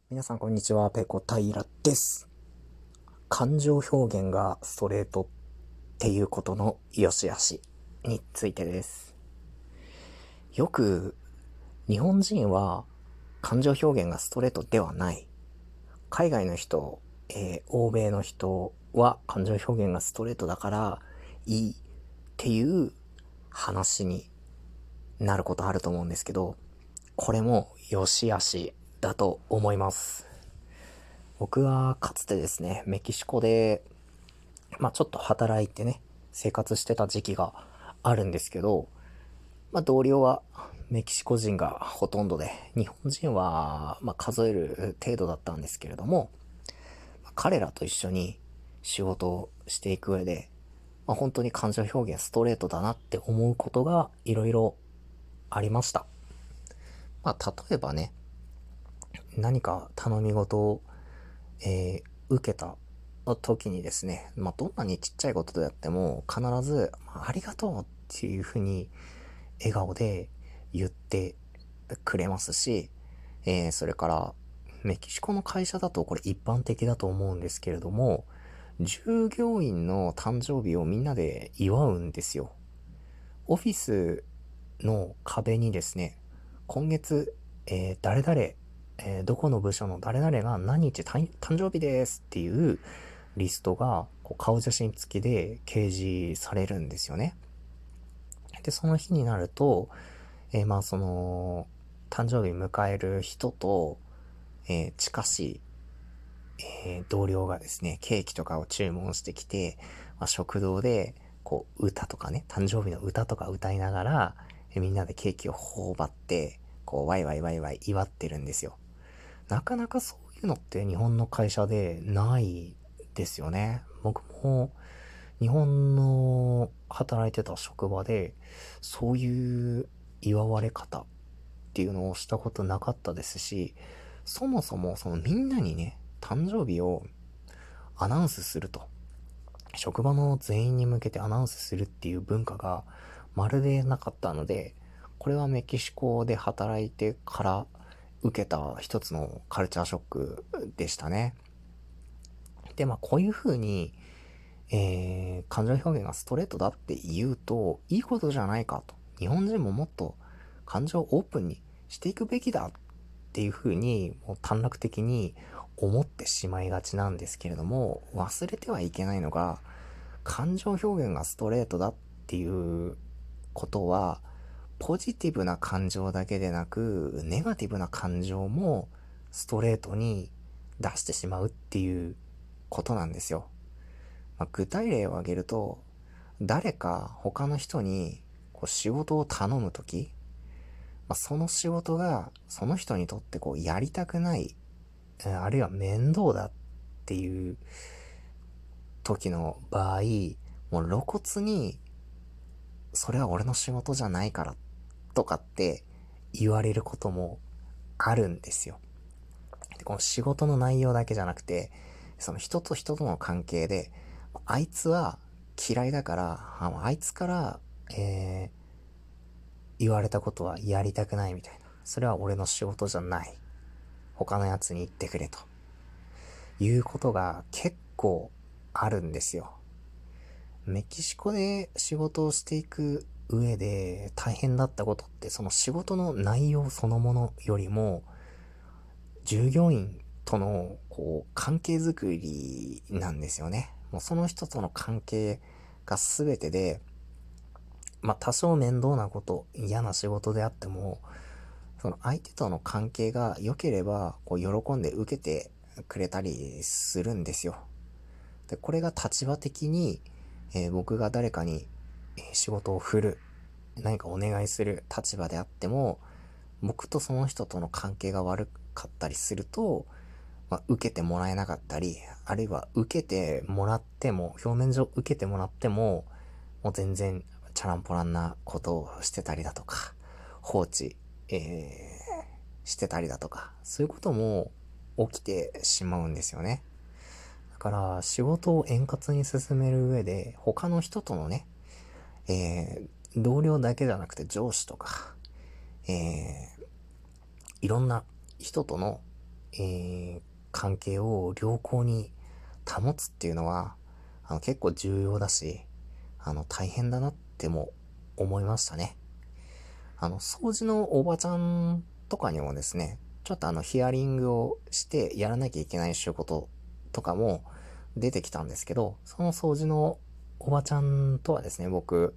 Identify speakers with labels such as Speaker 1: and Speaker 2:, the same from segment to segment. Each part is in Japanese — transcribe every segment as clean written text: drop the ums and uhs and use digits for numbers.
Speaker 1: 皆さんこんにちは、ペコ平です。感情表現がストレートっていうことの良し悪しについてです。よく日本人は感情表現がストレートではない。海外の人、欧米の人は感情表現がストレートだからいいっていう話になることあると思うんですけど、これも良し悪しだと思います。僕はかつてですね、メキシコでちょっと働いてね、生活してた時期があるんですけど、同僚はメキシコ人がほとんどで、日本人は数える程度だったんですけれども、彼らと一緒に仕事をしていく上で、本当に感情表現ストレートだなって思うことがいろいろありました。例えばね、何か頼み事を、受けた時にですね、どんなにちっちゃいことであっても、必ず、ありがとうっていうふうに、笑顔で言ってくれますし、それから、メキシコの会社だとこれ一般的だと思うんですけれども、従業員の誕生日をみんなで祝うんですよ。オフィスの壁にですね、今月、誰々、どこの部署の誰々が何日誕生日ですっていうリストが顔写真付きで掲示されるんですよね。で、その日になると、誕生日迎える人と、近しい、同僚がですね、ケーキとかを注文してきて、食堂で、歌とかね、誕生日の歌とか歌いながら、みんなでケーキを頬張って、ワイワイワイワイ祝ってるんですよ。なかなかそういうのって日本の会社でないですよね。僕も日本の働いてた職場で、そういう祝われ方っていうのをしたことなかったですし、そもそもそのみんなにね、誕生日をアナウンスすると。職場の全員に向けてアナウンスするっていう文化がまるでなかったので、これはメキシコで働いてから受けた一つのカルチャーショックでしたね。で、こういう風に、感情表現がストレートだって言うと、いいことじゃないかと。日本人ももっと感情をオープンにしていくべきだっていう風に、もう短絡的に思ってしまいがちなんですけれども、忘れてはいけないのが、感情表現がストレートだっていうことは、ポジティブな感情だけでなく、ネガティブな感情もストレートに出してしまうっていうことなんですよ。具体例を挙げると、誰か他の人に仕事を頼むとき、その仕事がその人にとってやりたくない、あるいは面倒だっていう時の場合、もう露骨にそれは俺の仕事じゃないからとかって言われることもあるんですよ。で、この仕事の内容だけじゃなくて、その人と人との関係で、あいつは嫌いだから、あいつから、言われたことはやりたくないみたいな。それは俺の仕事じゃない。他のやつに言ってくれということが結構あるんですよ。メキシコで仕事をしていく上で大変だったことって、その仕事の内容そのものよりも、従業員との関係づくりなんですよね。もうその人との関係が全てで、多少面倒なこと、嫌な仕事であっても、その相手との関係が良ければ、喜んで受けてくれたりするんですよ。で、これが立場的に、僕が誰かに仕事を振る、何かお願いする立場であっても、僕とその人との関係が悪かったりすると、受けてもらえなかったり、あるいは受けてもらっても、表面上受けてもらっても、もう全然チャランポランなことをしてたりだとか、放置、してたりだとか、そういうことも起きてしまうんですよね。だから仕事を円滑に進める上で、他の人とのね、同僚だけじゃなくて上司とか、いろんな人との関係を良好に保つっていうのは、結構重要だし、大変だなっても思いましたね。掃除のおばちゃんとかにもですね、ちょっとヒアリングをしてやらなきゃいけない仕事とかも出てきたんですけど、その掃除のおばちゃんとはですね、僕、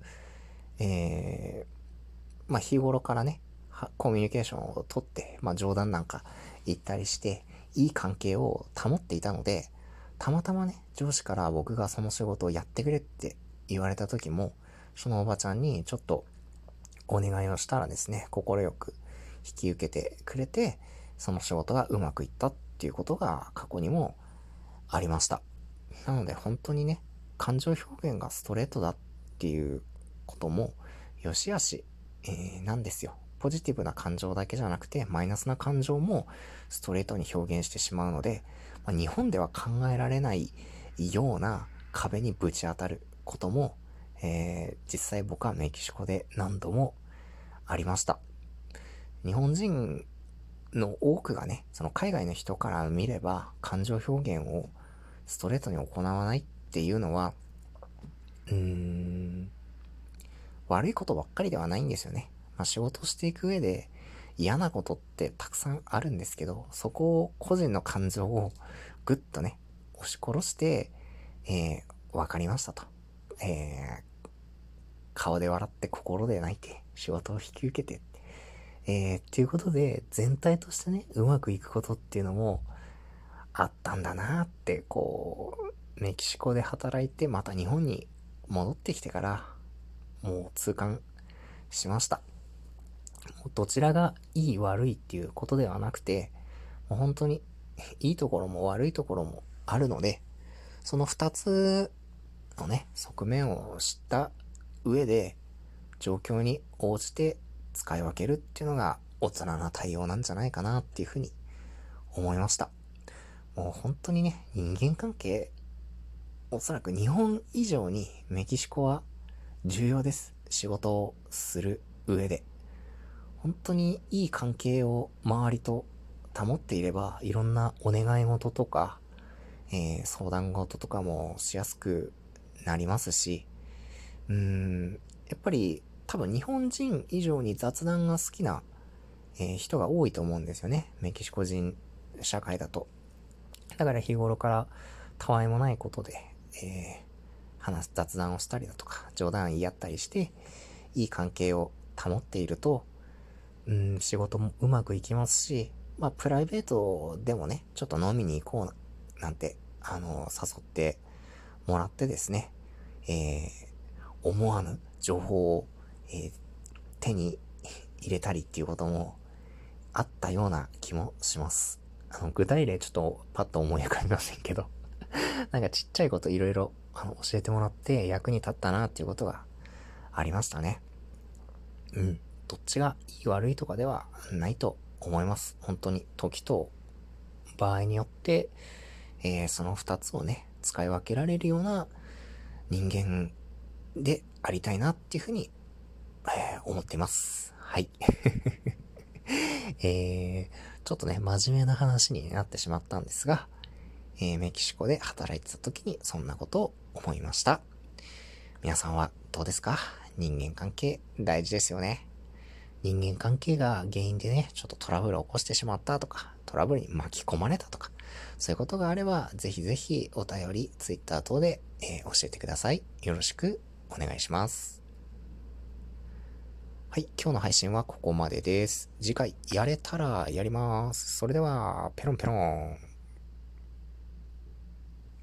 Speaker 1: 日頃からね、コミュニケーションをとって、冗談なんか言ったりして、いい関係を保っていたので、たまたまね、上司から僕がその仕事をやってくれって言われた時も、そのおばちゃんにちょっとお願いをしたらですね、快く引き受けてくれて、その仕事がうまくいったっていうことが過去にもありました。なので本当にね、感情表現がストレートだっていうこともよしあし、なんですよ。ポジティブな感情だけじゃなくてマイナスな感情もストレートに表現してしまうので、日本では考えられないような壁にぶち当たることも、実際僕はメキシコで何度もありました。日本人の多くがね、その海外の人から見れば感情表現をストレートに行わないっていうのは、悪いことばっかりではないんですよね。仕事をしていく上で嫌なことってたくさんあるんですけど、そこを個人の感情をぐっとね、押し殺して、わかりましたと。顔で笑って心で泣いて仕事を引き受けて、っていうことで全体としてね、うまくいくことっていうのもあったんだなって、メキシコで働いてまた日本に戻ってきてからもう痛感しました。どちらがいい悪いっていうことではなくて、もう本当にいいところも悪いところもあるので、その二つのね、側面を知った上で、状況に応じて使い分けるっていうのが大人な対応なんじゃないかなっていうふうに思いました。もう本当にね、人間関係、おそらく日本以上にメキシコは重要です。仕事をする上で。本当にいい関係を周りと保っていれば、いろんなお願い事とか、相談事とかもしやすくなりますし、やっぱり多分日本人以上に雑談が好きな、人が多いと思うんですよね。メキシコ人社会だと。だから日頃からたわいもないことで、雑談をしたりだとか、冗談言い合ったりして、いい関係を保っていると、仕事もうまくいきますし、プライベートでもね、ちょっと飲みに行こうなんて、誘ってもらってですね、思わぬ情報を、手に入れたりっていうこともあったような気もします。具体例ちょっとパッと思い浮かびませんけど、なんかちっちゃいこといろいろ教えてもらって役に立ったなっていうことがありましたね。どっちがいい悪いとかではないと思います。本当に時と場合によって、その二つをね、使い分けられるような人間でありたいなっていうふうに、思っています。はい。ちょっとね、真面目な話になってしまったんですが、メキシコで働いてた時にそんなことを思いました。皆さんはどうですか？人間関係大事ですよね。人間関係が原因でね、ちょっとトラブルを起こしてしまったとか、トラブルに巻き込まれたとか、そういうことがあれば、ぜひぜひお便り、ツイッター等で、教えてください。よろしくお願いします。はい、今日の配信はここまでです。次回やれたらやります。それでは、ペロンペロン。